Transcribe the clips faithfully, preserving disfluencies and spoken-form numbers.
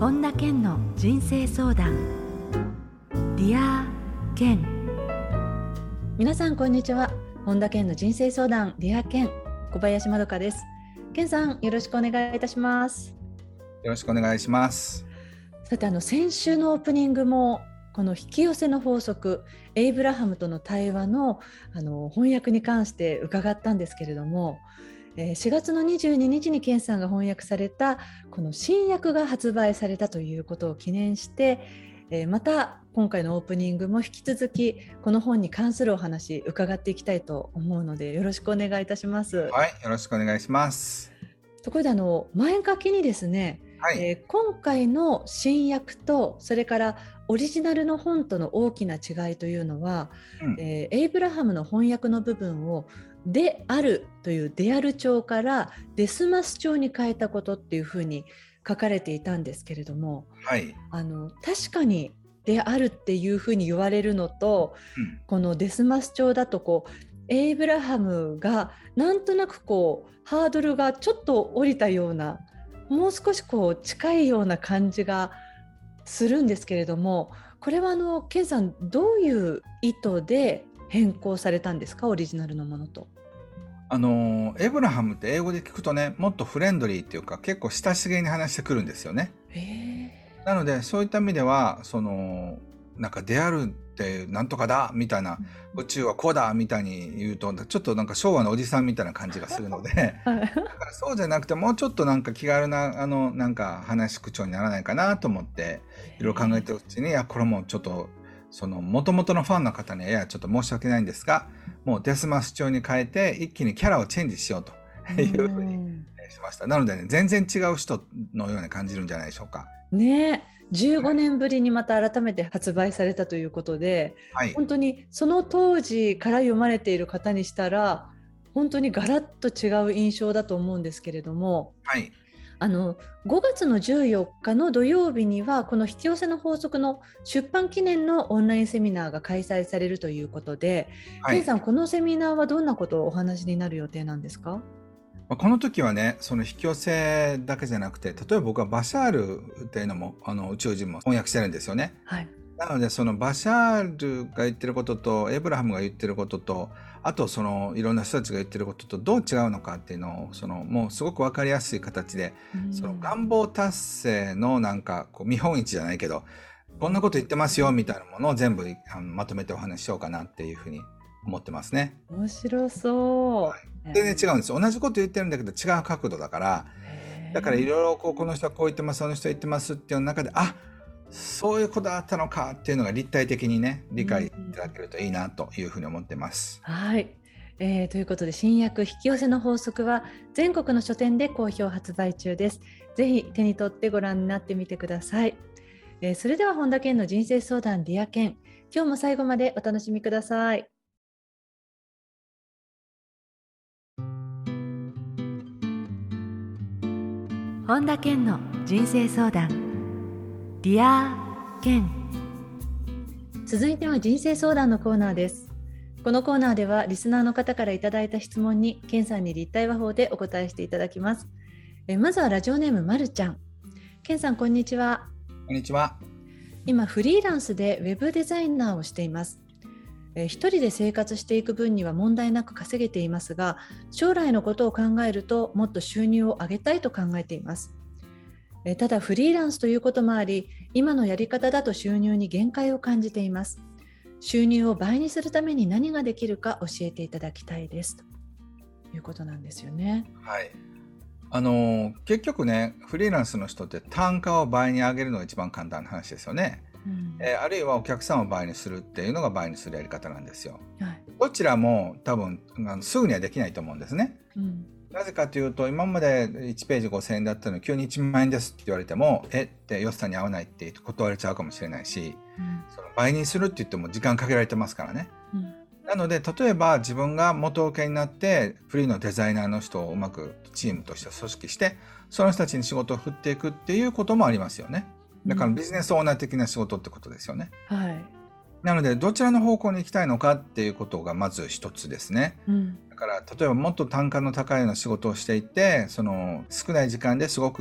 本田健の人生相談。ディア健。皆さんこんにちは。本田健の人生相談ディア健、小林まどかです。健さん、よろしくお願いいたします。 よろしくお願いします。 さて、あの先週のオープニングもこの引き寄せの法則、エイブラハムとの対話の、あの翻訳に関して伺ったんですけれども、しがつのにじゅうににちに健さんが翻訳されたこの新訳が発売されたということを記念して、また今回のオープニングも引き続きこの本に関するお話伺っていきたいと思うので、よろしくお願いいたします。 はい、よろしくお願いします。 ところで、あの前書きにですね、はい、えー、今回の新訳とそれからオリジナルの本との大きな違いというのは、うん、えー、エイブラハムの翻訳の部分をであるというデアル調からデスマス調に変えたことっていうふうに書かれていたんですけれども、 はい、 あの確かにであるっていうふうに言われるのと、うん、このデスマス調だとこうエイブラハムがなんとなくこうハードルがちょっと降りたような、もう少しこう近いような感じがするんですけれども、これはあのケンさん、どういう意図で変更されたんですか、オリジナルのものと。 あのエイブラハムって英語で聞くとね、もっとフレンドリーっていうか結構親しげに話してくるんですよね。 へー。 なのでそういった意味では、そのなんかであるってなんとかだみたいな、うん、宇宙はこうだみたいに言うとちょっとなんか昭和のおじさんみたいな感じがするので、はい、だからそうじゃなくてもうちょっとなんか気軽なあのなんか話し口調にならないかなと思っていろいろ考えてるうちに、いやこれもちょっとその元々のファンの方に、いやちょっと申し訳ないんですが、もうデスマス調に変えて一気にキャラをチェンジしようというふうにしました。なので、ね、全然違う人のように感じるんじゃないでしょうか。 ね、じゅうごねんぶりにまた改めて発売されたということで、はい、本当にその当時から読まれている方にしたら本当にガラッと違う印象だと思うんですけれども、 はい、あのごがつのじゅうよっかの土曜日にはこの引き寄せの法則の出版記念のオンラインセミナーが開催されるということで、はい、ケンさん、このセミナーはどんなことをお話になる予定なんですか？ この時はね、その引き寄せだけじゃなくて、例えば僕はバシャールっていうのもあの宇宙人も翻訳してるんですよね。 はい、 なのでそのバシャールが言ってることとエイブラハムが言ってることと、あとそのいろんな人たちが言ってることとどう違うのかっていうのを、そのもうすごく分かりやすい形で、その願望達成のなんかこう見本市じゃないけど、こんなこと言ってますよみたいなものを全部あのまとめてお話ししようかなっていうふうに思ってますね。 面白そう、はい、 全然違うんですよ。同じこと言ってるんだけど違う角度だから、だからいろいろこうこの人はこう言ってます、その人は言ってますっていう中で、あ、そういうことだったのかっていうのが立体的にね理解いただけるといいなというふうに思ってます。 うん、はい、えー、ということで新訳引き寄せの法則は全国の書店で好評発売中です。ぜひ手に取ってご覧になってみてください。えー、それでは本田健の人生相談ディア健、今日も最後までお楽しみください。本田健の人生相談ディア健。続いては人生相談のコーナーです。このコーナーではリスナーの方からいただいた質問に健さんに立体話法でお答えしていただきます。えまずはラジオネームまるちゃん。健さん、こんにちは。 こんにちは。 今フリーランスでウェブデザイナーをしています。え一人で生活していく分には問題なく稼げていますが、将来のことを考えるともっと収入を上げたいと考えています。えただフリーランスということもあり、今のやり方だと収入に限界を感じています。収入を倍にするために何ができるか教えていただきたいですということなんですよね。 はい、あの結局ね、フリーランスの人って単価を倍に上げるのが一番簡単な話ですよね。うん、えー、あるいはお客さんを倍にするっていうのが倍にするやり方なんですよ。はい、どちらも多分あのすぐにはできないと思うんですね。うん、なぜかというと、今までいちページごせんえんだったのに急にいちまんえんですって言われても、えって予算に合わないって断られちゃうかもしれないし、うん、その倍にするって言っても時間かけられてますからね。うん、なので例えば自分が元請けになってフリーのデザイナーの人をうまくチームとして組織して、その人たちに仕事を振っていくっていうこともありますよね。だからビジネスオーナー的な仕事ってことですよね。 うん、はい。 なのでどちらの方向に行きたいのかっていうことがまず一つですね。うん、だから例えばもっと単価の高いような仕事をしていて、その少ない時間ですごく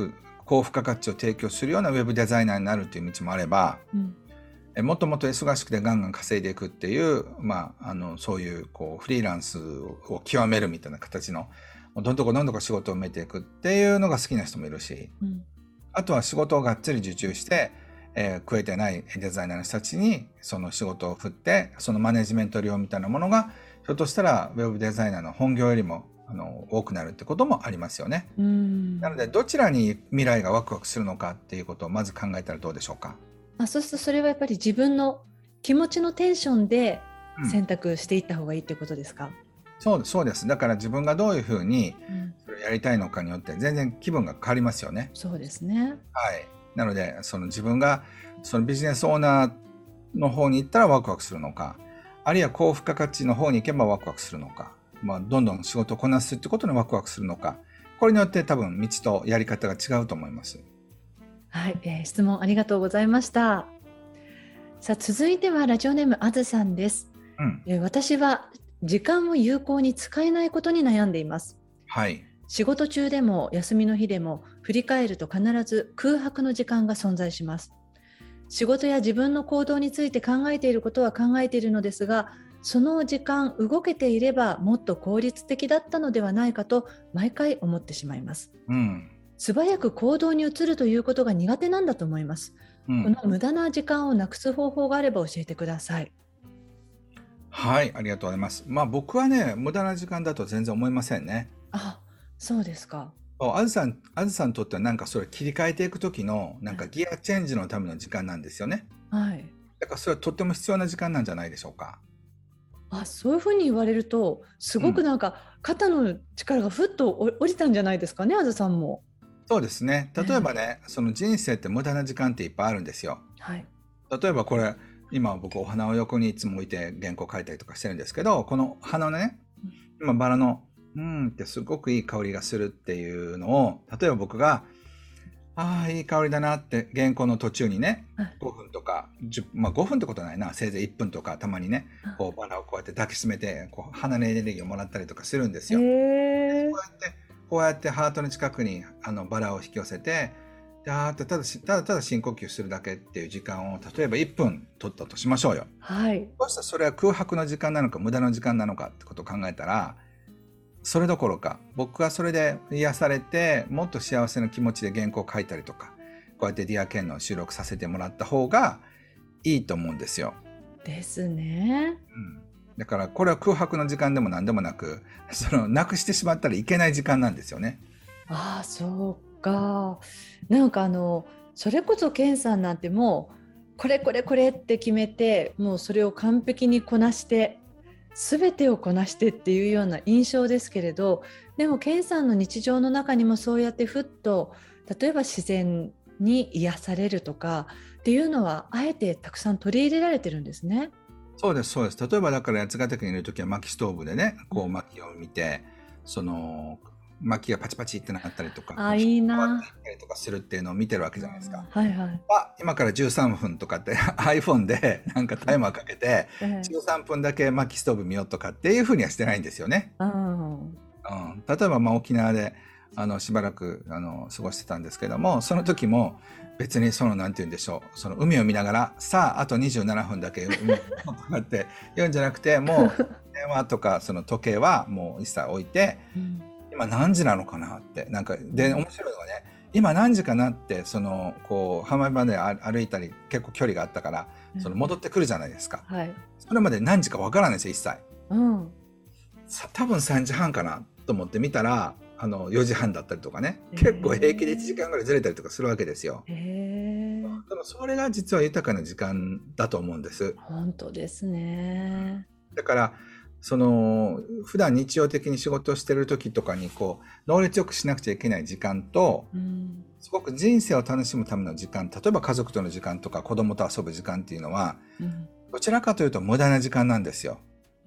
高付加価値を提供するようなウェブデザイナーになるという道もあれば、うん、えもっともっと忙しくてガンガン稼いでいくっていう、まあ、あのそういう、こうフリーランスを極めるみたいな形のどんどこどんどこ仕事を埋めていくっていうのが好きな人もいるし、うん、あとは仕事をがっつり受注して、えー、食えてないデザイナーの人たちにその仕事を振って、そのマネジメント料みたいなものがひょっとしたらウェブデザイナーの本業よりもあの多くなるってこともありますよね。うん、なのでどちらに未来がワクワクするのかっていうことをまず考えたらどうでしょうか。 あ、そうするとそれはやっぱり自分の気持ちのテンションで選択していった方がいいってことですか。うん、 そうです、そうです。だから自分がどういうふうにそれをやりたいのかによって全然気分が変わりますよね。 そうですね。 はい。なのでその自分がそのビジネスオーナーの方に行ったらワクワクするのか、あるいは高付加価値の方に行けばワクワクするのか、まあ、どんどん仕事をこなすってことにワクワクするのか、これによって多分道とやり方が違うと思います。 はい、えー、質問ありがとうございました。さあ続いてはラジオネームあずさんです。うん、えー、私は時間を有効に使えないことに悩んでいます。 はい。 仕事中でも休みの日でも振り返ると必ず空白の時間が存在します。仕事や自分の行動について考えていることは考えているのですが、その時間動けていればもっと効率的だったのではないかと毎回思ってしまいます。うん、素早く行動に移るということが苦手なんだと思います。うん、この無駄な時間をなくす方法があれば教えてください。 はい、ありがとうございます。まあ僕はね、無駄な時間だと全然思いませんね。 あ、そうですか。 あずさん、あずさんにとってはなんかそれ切り替えていく時のなんかギアチェンジのための時間なんですよね。はい。だからそれはとっても必要な時間なんじゃないでしょうか。 あ、そういうふうに言われるとすごくなんか肩の力がふっと降りたんじゃないですかね、あずさんも。 そうですね。例えばね、えー、その人生って無駄な時間っていっぱいあるんですよ。はい。例えばこれ今僕お花を横にいつも置いて原稿書いたりとかしてるんですけど、この花のね、今バラのうんってすごくいい香りがするっていうのを、例えば僕がああいい香りだなって原稿の途中にね、ごふんとかじゅう、まあごふんってことないな、せいぜいいっぷんとかたまにね、こうバラをこうやって抱きしめてこう花のエネルギーをもらったりとかするんですよ。へー。こうやってこうやってハートの近くにあのバラを引き寄せて、であーってただただただ深呼吸するだけっていう時間を例えばいっぷん取ったとしましょうよ。はい。そしたらそれは空白の時間なのか無駄な時間なのかってことを考えたら、それどころか僕はそれで癒されてもっと幸せな気持ちで原稿を書いたりとか、こうやってディアケンの収録させてもらった方がいいと思うんですよ。 ですね。 うん、だからこれは空白の時間でも何でもなく、そのなくしてしまったらいけない時間なんですよね。 ああ、そうか。なんかあのそれこそケンさんなんてもうこれこれこれって決めて、もうそれを完璧にこなして全てをこなしてっていうような印象ですけれど、でもケンさんの日常の中にもそうやってふっと例えば自然に癒されるとかっていうのはあえてたくさん取り入れられてるんですね。 そうですそうです。例えばだから八ヶ岳にいるときは薪ストーブでね、こう薪を見て、うん、その薪がパチパチってなったりとか、 あ、いいなとかするっていうのを見てるわけじゃないですか。 はいはい。 あ、今からじゅうさんぷんとかって iPhone でなんかタイマーかけてじゅうさんぷんだけ薪ストーブ見ようとかっていうふうにはしてないんですよね。うん、うん、例えばまあ沖縄であのしばらくあの過ごしてたんですけども、その時も別にそのなんて言うんでしょう、その海を見ながらさああとにじゅうななふんだけ海を見って言うんじゃなくて、もう電話とかその時計はもう一切置いて、うん、今何時なのかなってなんかで面白いのがね、今何時かなってそのこう浜辺まで歩いたり結構距離があったからその戻ってくるじゃないですか、うん、はい、それまで何時かわからないんですよ一切、うん、多分さんじはんかなと思って見たらあのよじはんだったりとかね、結構平気でいちじかんぐらいずれたりとかするわけですよ。へー。でもそれが実は豊かな時間だと思うんです。 本当ですね。 だからその普段日常的に仕事をしてる時とかにこう能率よくしなくちゃいけない時間と、うん、すごく人生を楽しむための時間、例えば家族との時間とか子供と遊ぶ時間っていうのは、うん、どちらかというと無駄な時間なんですよ。うん、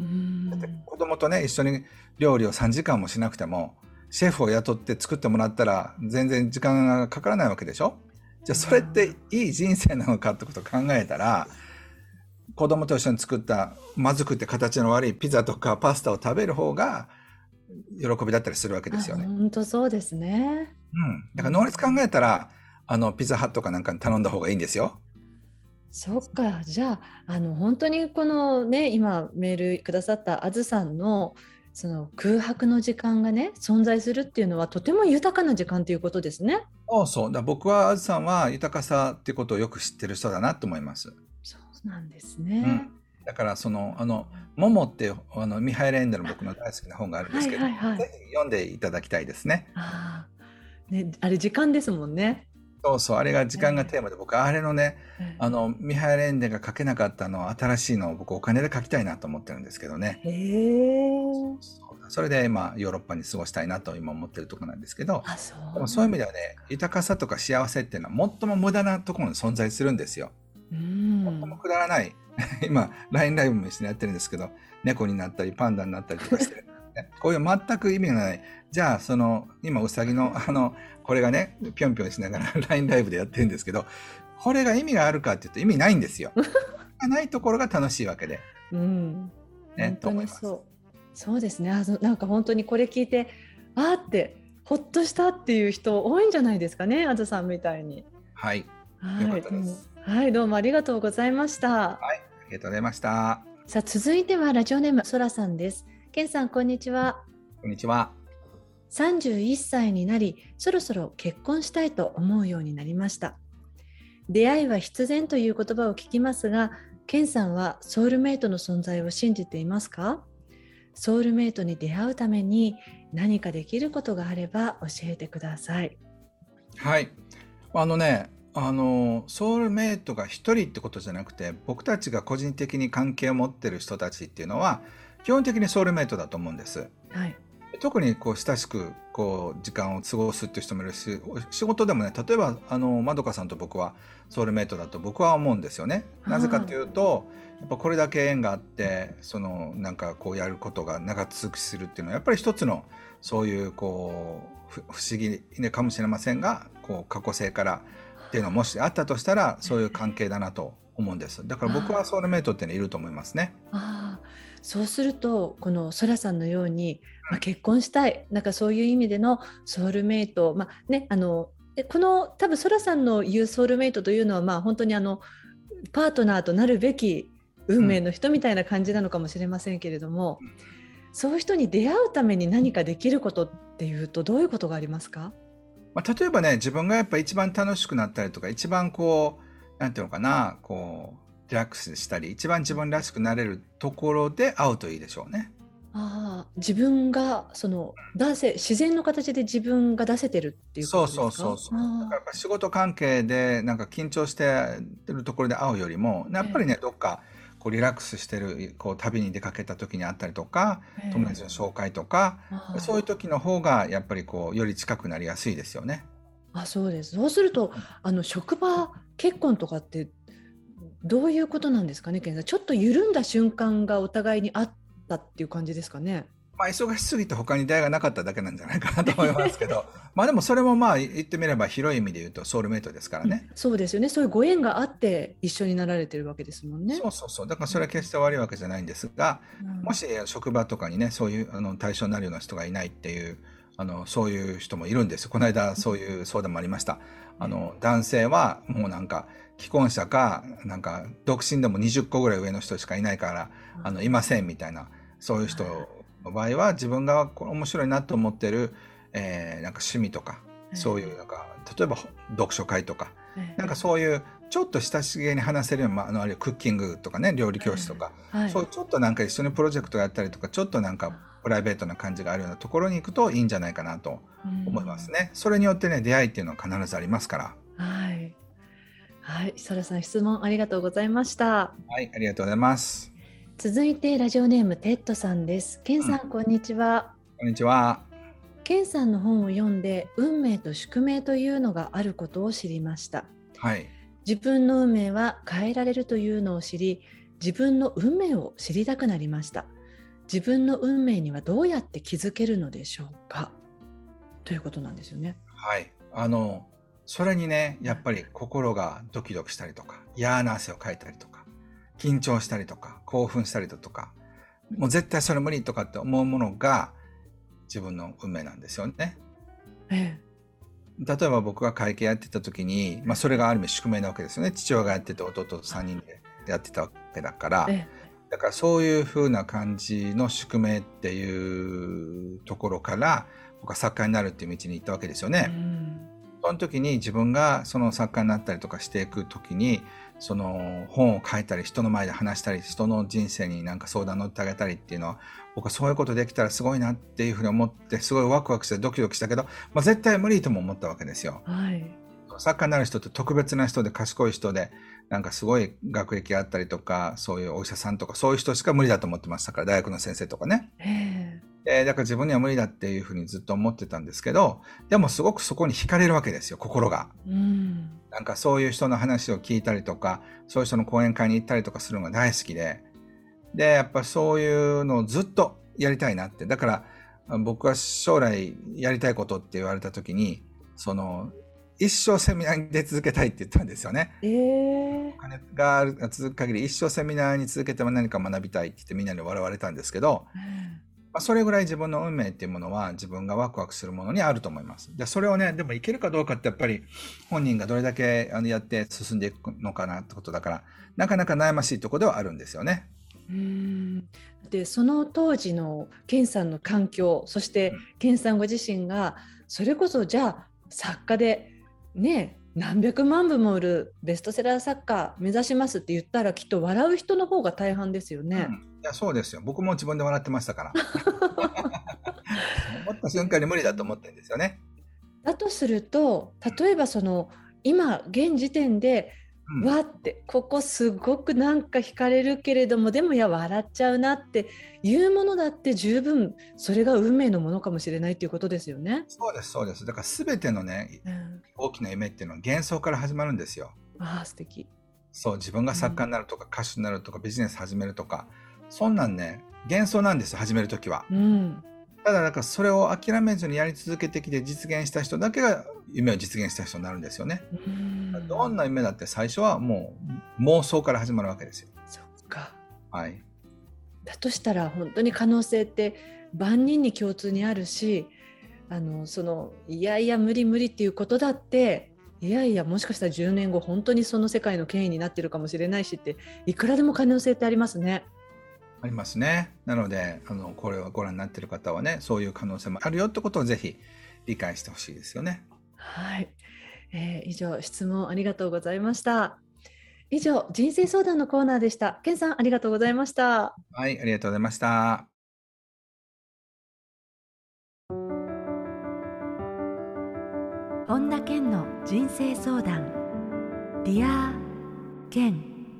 だって子供とね一緒に料理をさんじかんもしなくてもシェフを雇って作ってもらったら全然時間がかからないわけでしょ。じゃあそれっていい人生なのかってことを考えたら、子供と一緒に作ったまずくて形の悪いピザとかパスタを食べる方が喜びだったりするわけですよね。 本当そうですね。 ん。だから能率考えたら、あの、ピザハットかなんかに頼んだ方がいいんですよ。 そっか、じゃあ、あの本当にこのね、今メールくださったあずさんのその空白の時間がね、存在するっていうのはとても豊かな時間ということですね。 そうそう。だから僕はあずさんは豊かさっていうことをよく知ってる人だなと思います。 そうなんですうん。 ね。 だからその、あの、モモっていうあのミハイル・エンデルの僕の大好きな本があるんではいすけど、 はいはい。 ぜひ読んでいただきたいですね。 ああ、ね、あれ時間ですもんね。 そうそう、あれが時間がえテーマで、僕あれのね、 えあの、ミハイル・エンデルが書けなかったの新しいのを僕お金で書きたいなと思ってるんですけどね。 へえ。 そうそれで今ヨーロッパに過ごしたいなと今思ってるところなんですけど、 あ、そうでもそういう意なんだ。 味ではね、豊かさとか幸せっていうのは最も無駄なところに存在するんですよ。 う最もん。 くだらない。今、ライン ライブも一緒にやってるんですけど、猫になったりパンダになったりとかしてる、ね。こういう全く意味がない。じゃあ、その、今、ウサギの、あの、これがね、ぴょんぴょんしながら ライン ライブでやってるんですけど、これが意味があるかっていうと意味ないんですよ。ないところが楽しいわけで。 うん、 ね、 本当と思います。 にそう。そうですね。あのなんか本当にこれ聞いて、あーってほっとしたっていう人多いんじゃないですかね、あずさんみたいに。 はい。よかっはい、どうも、 たです。 はい、どうもありがとうございました。 はい。ありがとうございました。 さあ、続いてはラジオネームそらさんです。けんさん、こんにちは。 こんにちは。 さんじゅういっさいになり、そろそろ結婚したいと思うようになりました。出会いは必然という言葉を聞きますが、ケンさんはソウルメイトの存在を信じていますか？ソウルメイトに出会うために何かできることがあれば教えてください。 はい。あのね、あの、ソウルメイトが一人ってことじゃなくて、僕たちが個人的に関係を持ってる人たちっていうのは、基本的にソウルメイトだと思うんです。 はい。 特にこう親しくこう時間を過ごすっていう人もいるし、仕事でもね、例えばあのまどかさんと僕はソウルメイトだと僕は思うんですよね。なぜかというと、やっぱこれだけ縁があって、そのなんかこうやることが長続きするっていうのはやっぱり一つのそういうこうふ不思議ねかもしれませんが、こう過去性からっていうのももしあったとしたらそういう関係だなと思うんです。だから僕はソウルメイトっていうのはいると思いますね。 ああ、そうするとこのソラさんのように、まあ、結婚したい、なんかそういう意味でのソウルメイト、まあね、あのでこの多分ソラさんの言うソウルメイトというのは、まあ本当にあのパートナーとなるべき運命の人みたいな感じなのかもしれませんけれども、 うんそういう人に出会うために何かできることっていうとどういうことがありますか？ まあ、例えばね、自分がやっぱ一番楽しくなったりとか、一番こう、なんていうのかな、こう、リラックスしたり、一番自分らしくなれるところで会うといいでしょうね。 ああ、自分がその出せ自然の形で自分が出せてるっていうこそうそうとですか？ そうそう。だからあやっぱ仕事関係でなんか緊張してるところで会うよりも、やあ、えっぱりね、どっかこうリラックスしてる、こう旅に出かけた時に会ったりとか、 え友達の紹介とか、 あそういう時の方がやっぱりこう、より近くなりやすいですよね。 あ、あ、そうです。そうするとあの職場結婚とかってどういうことなんですかね、ケンさん。ちょっと緩んだ瞬間がお互いにあったっていう感じですかね。 まあ、忙しすぎて他に出会いがなかっただけなんじゃないかなと思いますけど、まあでもそれもまあ言ってみれば広い意味で言うとソウルメイトですからうん、 ね。 そうですよね。そういうご縁があって一緒になられてるわけですもんね。 そうそうそう。だからそれは決して悪いわけじゃないんですが、 うん、 もし職場とかにね、そういうあの対象になるような人がいないっていう、あの、そういう人もいるんですよ。この間そういう相談もありました。あの、男性はもうなんか既婚者か、なんか独身でもにじゅっこぐらい上の人しかいないから、あの、いませんみたいな、そういう人の場合は自分がこれ面白いなと思ってる、えーなんか趣味とか、そういうなんか、例えば読書会とか、なんかそういうちょっと親しげに話せるような、まあ、あのあるいはクッキングとかね、料理教室とか、 はい、 そういうちょっとなんか一緒にプロジェクトやったりとか、ちょっとなんかプライベートな感じがあるようなところに行くといいんじゃないかなと思いますね。それによってね、出会いっていうのは必ずありますから。 はい、はい、ソラさん質問ありがとうございました。 はい、ありがとうございます。 続いてラジオネームテッドさんです。ケンさん、 うん、 こんにちは。 こんにちは。 ケンさんの本を読んで運命と宿命というのがあることを知りました。 はい。 自分の運命は変えられるというのを知り、自分の運命を知りたくなりました。自分の運命にはどうやって気づけるのでしょうか、ということなんですよね。 はい。あの、それにね、やっぱり心がドキドキしたりとか、嫌な汗をかいたりとか、緊張したりとか、興奮したりだとか、もう絶対それ無理とかって思うものが自分の運命なんですよね。 ええ、 例えば僕が会計やってた時に、まあ、それがある意味宿命なわけですよね。父親がやってて弟とさんにんでやってたわけだから、 えだからそういう風な感じの宿命っていうところから僕は作家になるっていう道に行ったわけですようね。 んその時に自分がその作家になったりとかしていく時に、その本を書いたり人の前で話したり人の人生になんか相談乗ってあげたりっていうのは、僕はそういうことできたらすごいなっていうふうに思って、すごいワクワクしてドキドキしたけど、まあ、絶対無理とも思ったわけですよ。 はい作家になる人って特別な人で賢い人で、なんかすごい学歴があったりとか、そういうお医者さんとかそういう人しか無理だと思ってましたから、大学の先生とかね。 ええーだから自分には無理だっていうふうにずっと思ってたんですけど、でもすごくそこに惹かれるわけですよ、心が。 うんなんかそういう人の話を聞いたりとか、そういう人の講演会に行ったりとかするのが大好きで、で、やっぱそういうのをずっとやりたいなって。だから僕は将来やりたいことって言われた時に、その、一生セミナーに出続けたいって言ったんですよね。 えーお金がある続く限り一生セミナーに続けても何か学びたいって言ってみんなに笑われたんですけど、まあ、それぐらい自分の運命っていうものは自分がワクワクするものにあると思います。で、それをね、でもいけるかどうかってやっぱり本人がどれだけあのやって進んでいくのかなってことだから、なかなか悩ましいところではあるんですよね。 うんでその当時の健さんの環境、そして健さんご自身がそれこそじゃあ作家でね何百万部も売るベストセラー作家目指しますって言ったら、きっと笑う人の方が大半ですよね。 うん、いやそうですよ。僕も自分で笑ってましたから思った瞬間に無理だと思ってるんですよね。 だとすると、例えばその今現時点で、 うん、 わってここすごくなんか惹かれるけれども、でもいや笑っちゃうなっていうものだって十分それが運命のものかもしれないっていうことですよね。 そうですそうです。だから全てのね、 うん、 大きな夢っていうのは幻想から始まるんですよ。 ああ素敵。 そう、自分が作家になるとか歌手になるとかビジネス始めるとか、そんなんね幻想なんですよ、始めるときは。 うん、 ただだからそれを諦めずにやり続けてきて実現した人だけが夢を実現した人になるんですよね。 うん、 どんな夢だって最初はもう妄想から始まるわけですよ。 そっか。 はい。 だとしたら本当に可能性って万人に共通にあるし、あのそのいやいや無理無理っていうことだって、いやいやもしかしたらじゅうねんご本当にその世界の権威になってるかもしれないしって、いくらでも可能性ってありますね。 ありますね。なのであのこれをご覧になっている方はね、そういう可能性もあるよってことをぜひ理解してほしいですよね。 はい、えー以上質問ありがとうございました。以上人生相談のコーナーでした。健さんありがとうございました。 はい、ありがとうございました。 本田健の人生相談。ディア健。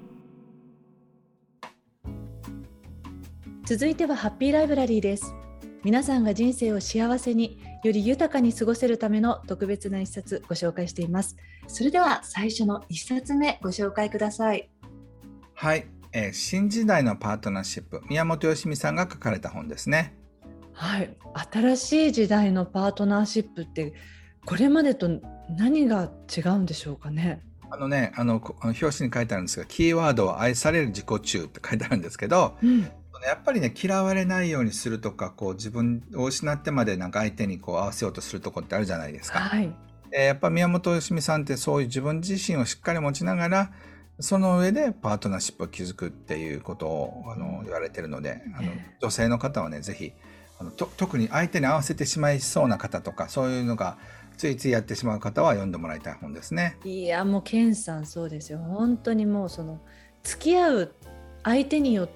続いてはハッピーライブラリーです。皆さんが人生を幸せにより豊かに過ごせるための特別な一冊ご紹介しています。それでは最初の一冊目ご紹介ください。 はい、えー新時代のパートナーシップ、宮本よしみさんが書かれた本ですね。 はい、新しい時代のパートナーシップってこれまでと何が違うんでしょうかね。 あのね、あのこあの表紙に書いてあるんですが、キーワードは愛される自己中って書いてあるんですけど、 うん、 やっぱりね、嫌われないようにするとか、こう自分を失ってまでなんか相手にこう合わせようとするとこってあるじゃないですか。 はい、 えーやっぱ宮本よしみさんってそういう自分自身をしっかり持ちながら、その上でパートナーシップを築くっていうことをあの言われてるので、あの女性の方はね、ぜひあのと特に相手に合わせてしまいそうな方とか、そういうのがついついやってしまう方は読んでもらいたい本ですね。 いやもう健さんそうですよ。本当にもうその付き合う相手によって、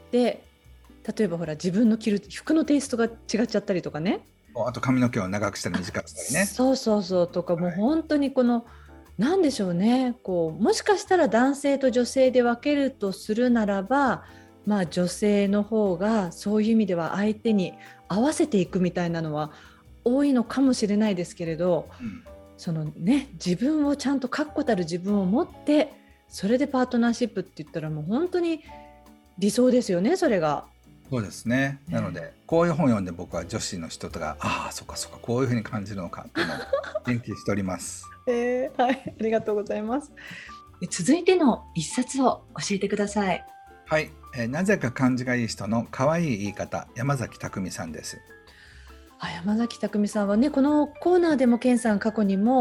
例えばほら自分の着る服のテイストが違っちゃったりとかね。 あと髪の毛を長くしたり短くしたりね。 そうそうそうとか、もう本当にこのなんでしょうね、こうもしかしたら男性と女性で分けるとするならば、まあ、女性の方がそういう意味では相手に合わせていくみたいなのは多いのかもしれないですけれど、 うん、 そのね、自分をちゃんと確固たる自分を持ってそれでパートナーシップって言ったらもう本当に理想ですよね、それが。 そうですね。なので、こういう本を読んで僕は女子の人とが、ああ、そっかそっか、こういうふうに感じるのかっていうのを研究しております。 えーはい、ありがとうございます。続いての一冊を教えてください。 はい、えーなぜか感じがいい人の可愛い言い方、山崎匠さんです。 あ、山崎匠さんはね、このコーナーでも健さん過去にも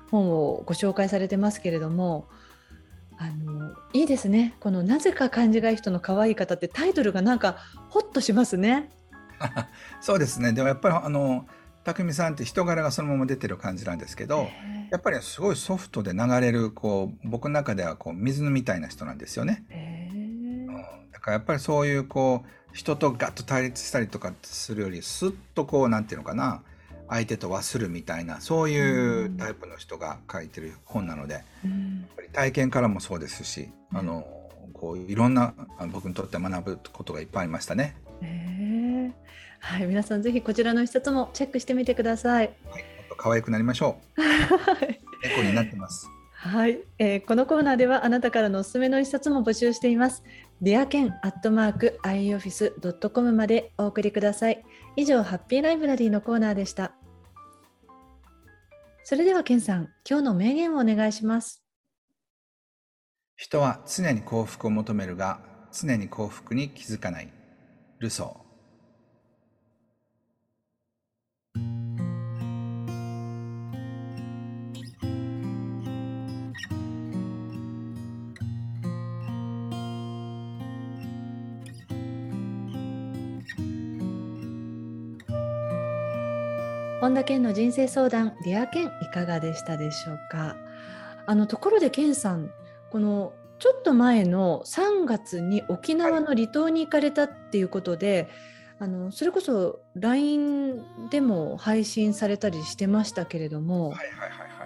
本をご紹介されてますけれども、あのいいですね。このなぜか感じがいい人の可愛い方ってタイトルがなんかホッとしますね。 そうですね。でもやっぱりあの匠さんって人柄がそのまま出てる感じなんですけど、やっぱりすごいソフトで流れる、こう僕の中ではこう水みたいな人なんですよね。うん、だからやっぱりそういうこう人とガッと対立したりとかするより、スッとこうなんていうのかな、相手と話するみたいな、そういうタイプの人が書いてる本なので、うん、やっぱり体験からもそうですし、うん、あのこういろんな僕にとって学ぶことがいっぱいありましたね。 はい、皆さんぜひこちらの一冊もチェックしてみてください。 はい、もっと可愛くなりましょう。猫になってます。 はい、えー、このコーナーではあなたからのおすすめの一冊も募集しています。ディアケンアットマークアイオフィスドットコム までお送りください。以上、ハッピーライブラリーのコーナーでした。それではケンさん、今日の名言をお願いします。 人は常に幸福を求めるが、常に幸福に気づかない。ルソー。 本田健の人生相談、ディア健、いかがでしたでしょうか。あのところで健さん、このちょっと前のさんがつに沖縄の離島に行かれたっていうことで、はい、あのそれこそ ライン でも配信されたりしてましたけれども、はいはいはいはい、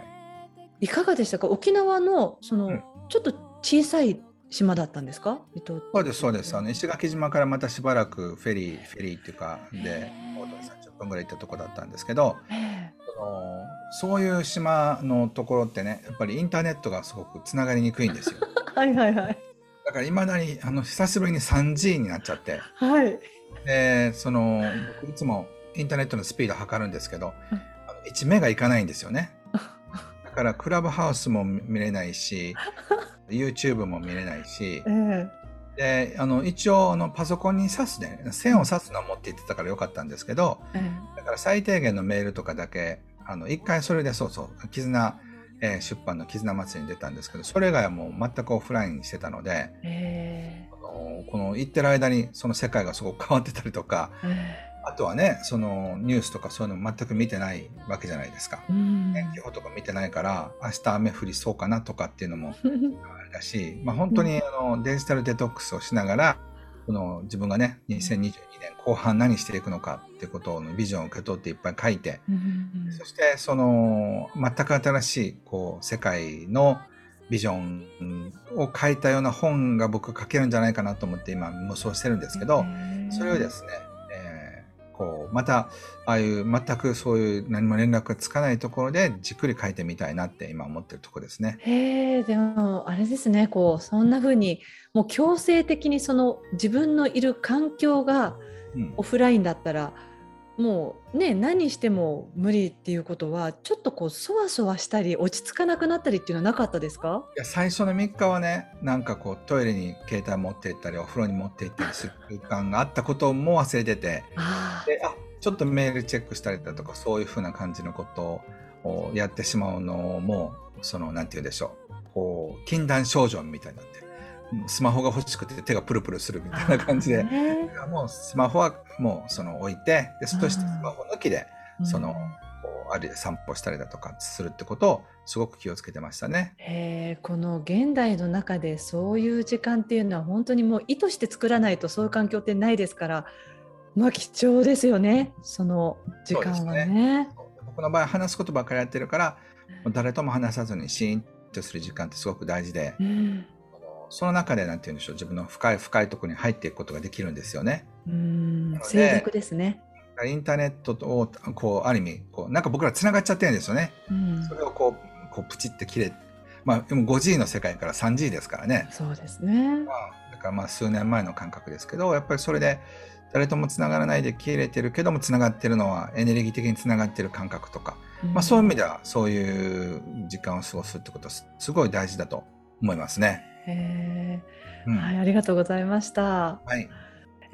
いかがでしたか。沖縄のその、うん、ちょっと小さい島だったんですか。離島。 そうですそうです。あの石垣島からまたしばらくフェリーフェリーっていうかでさんじゅっぷんぐらい行ったとこだったんですけど、そのそういう島のところってね、やっぱりインターネットがすごくつながりにくいんですよ。 はいはいはい。 だからいまだにあの久しぶりに スリージー になっちゃって、 はい、 でその僕いつもインターネットのスピード測るんですけど、あのいちメガいかないんですよね。だからクラブハウスも見れないしYouTube も見れないし、えー、であの一応あのパソコンに挿すね、線を挿すのは持って行ってたからよかったんですけど、えー、だから最低限のメールとかだけあの一回それでそうそう絆、えー、出版の絆祭りに出たんですけど、それ以外はもう全くオフラインにしてたので、えー、あのこの行ってる間にその世界がすごく変わってたりとか、えーあとはね、そのニュースとかそういうの全く見てないわけじゃないですか。天気予報とか見てないから、明日雨降りそうかなとかっていうのもあれだし、まあ本当にあのデジタルデトックスをしながら、この自分がね、にせんにじゅうにねんこう半何していくのかっていうことのビジョンを受け取っていっぱい書いて、そしてその全く新しいこう世界のビジョンを書いたような本が僕書けるんじゃないかなと思って今妄想してるんですけど、それをですね、こうまたああいう全くそういう何も連絡がつかないところでじっくり書いてみたいなって今思ってるところですね。 へえ、でもあれですね、こうそんな風にもう強制的にその自分のいる環境がオフラインだったら、うん、もうね何しても無理っていうことはちょっとこうそわそわしたり落ち着かなくなったりっていうのはなかったですか？ いや最初のみっかはね、なんかこうトイレに携帯持って行ったりお風呂に持って行ったりする時間があったことも忘れててあであちょっとメールチェックしたりだとかそういう風な感じのことをやってしまうのもそのなんて言うんでしょう、こう禁断症状みたいになってスマホが欲しくて手がプルプルするみたいな感じで、もうスマホはもうその置いて、でそしてスマホ抜きでその、うん、こうある散歩したりだとかするってことをすごく気をつけてましたね。 へー、この現代の中でそういう時間っていうのは本当にもう意図して作らないとそういう環境ってないですから、まあ貴重ですよね、その時間は ね, ね僕の場合話すことばっかりやってるから誰とも話さずにシーンとする時間ってすごく大事で、うん、その中でなんて言うんでしょう、自分の深い深いところに入っていくことができるんですよね。 うーん、静寂ですね。 インターネットをこうある意味こうなんか僕らつながっちゃってるんですよね。うん、それをこうこうプチって切れ、まあでも ファイブジー の世界から スリージー ですからね。 そうですね。 まあ、だからまあ数年前の感覚ですけど、やっぱりそれで誰ともつながらないで切れてるけどもつながってるのはエネルギー的につながってる感覚とか、うん、まあそういう意味ではそういう時間を過ごすってことはすごい大事だと思いますね。 へー、うん、はい、ありがとうございました。 はい。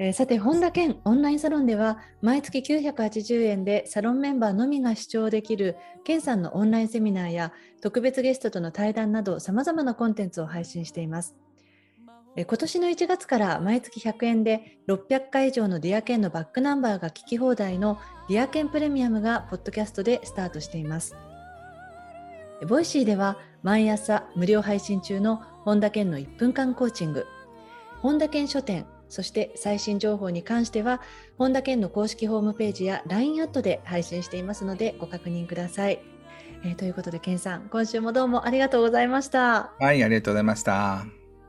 えー、さて本田健オンラインサロンでは毎月きゅうひゃくはちじゅうえんでサロンメンバーのみが視聴できる健さんのオンラインセミナーや特別ゲストとの対談などさまざまなコンテンツを配信しています。えー、今年のいちがつから毎月ひゃくえんでろっぴゃっかい以上のディアケンのバックナンバーが聞き放題のディアケンプレミアムがポッドキャストでスタートしています。ボイシーでは毎朝無料配信中の本田健のいっぷんかんコーチング、本田健書店、そして最新情報に関しては本田健の公式ホームページや ライン アットで配信していますのでご確認ください。えー、ということで健さん、今週もどうもありがとうございました。 はい、ありがとうございました。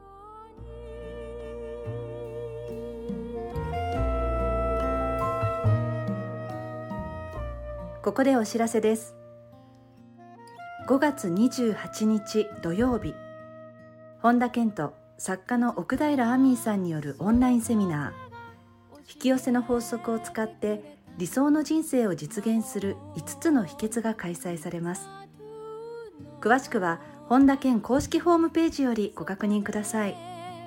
ここでお知らせです。ごがつにじゅうはちにち土曜日、本田健と作家の奥平亜美さんによるオンラインセミナー、引き寄せの法則を使って理想の人生を実現するいつつの秘訣が開催されます。詳しくは本田健公式ホームページよりご確認ください。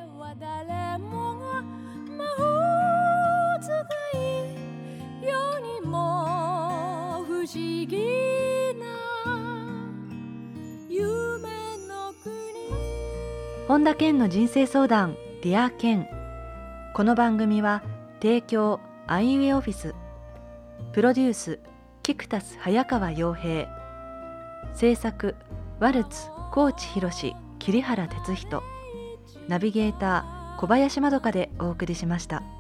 本田健の人生相談ディア健。この番組は提供アイウェイオフィス、プロデュースキクタス早川洋平、制作ワルツ高知博桐原哲人、ナビゲーター小林まどかでお送りしました。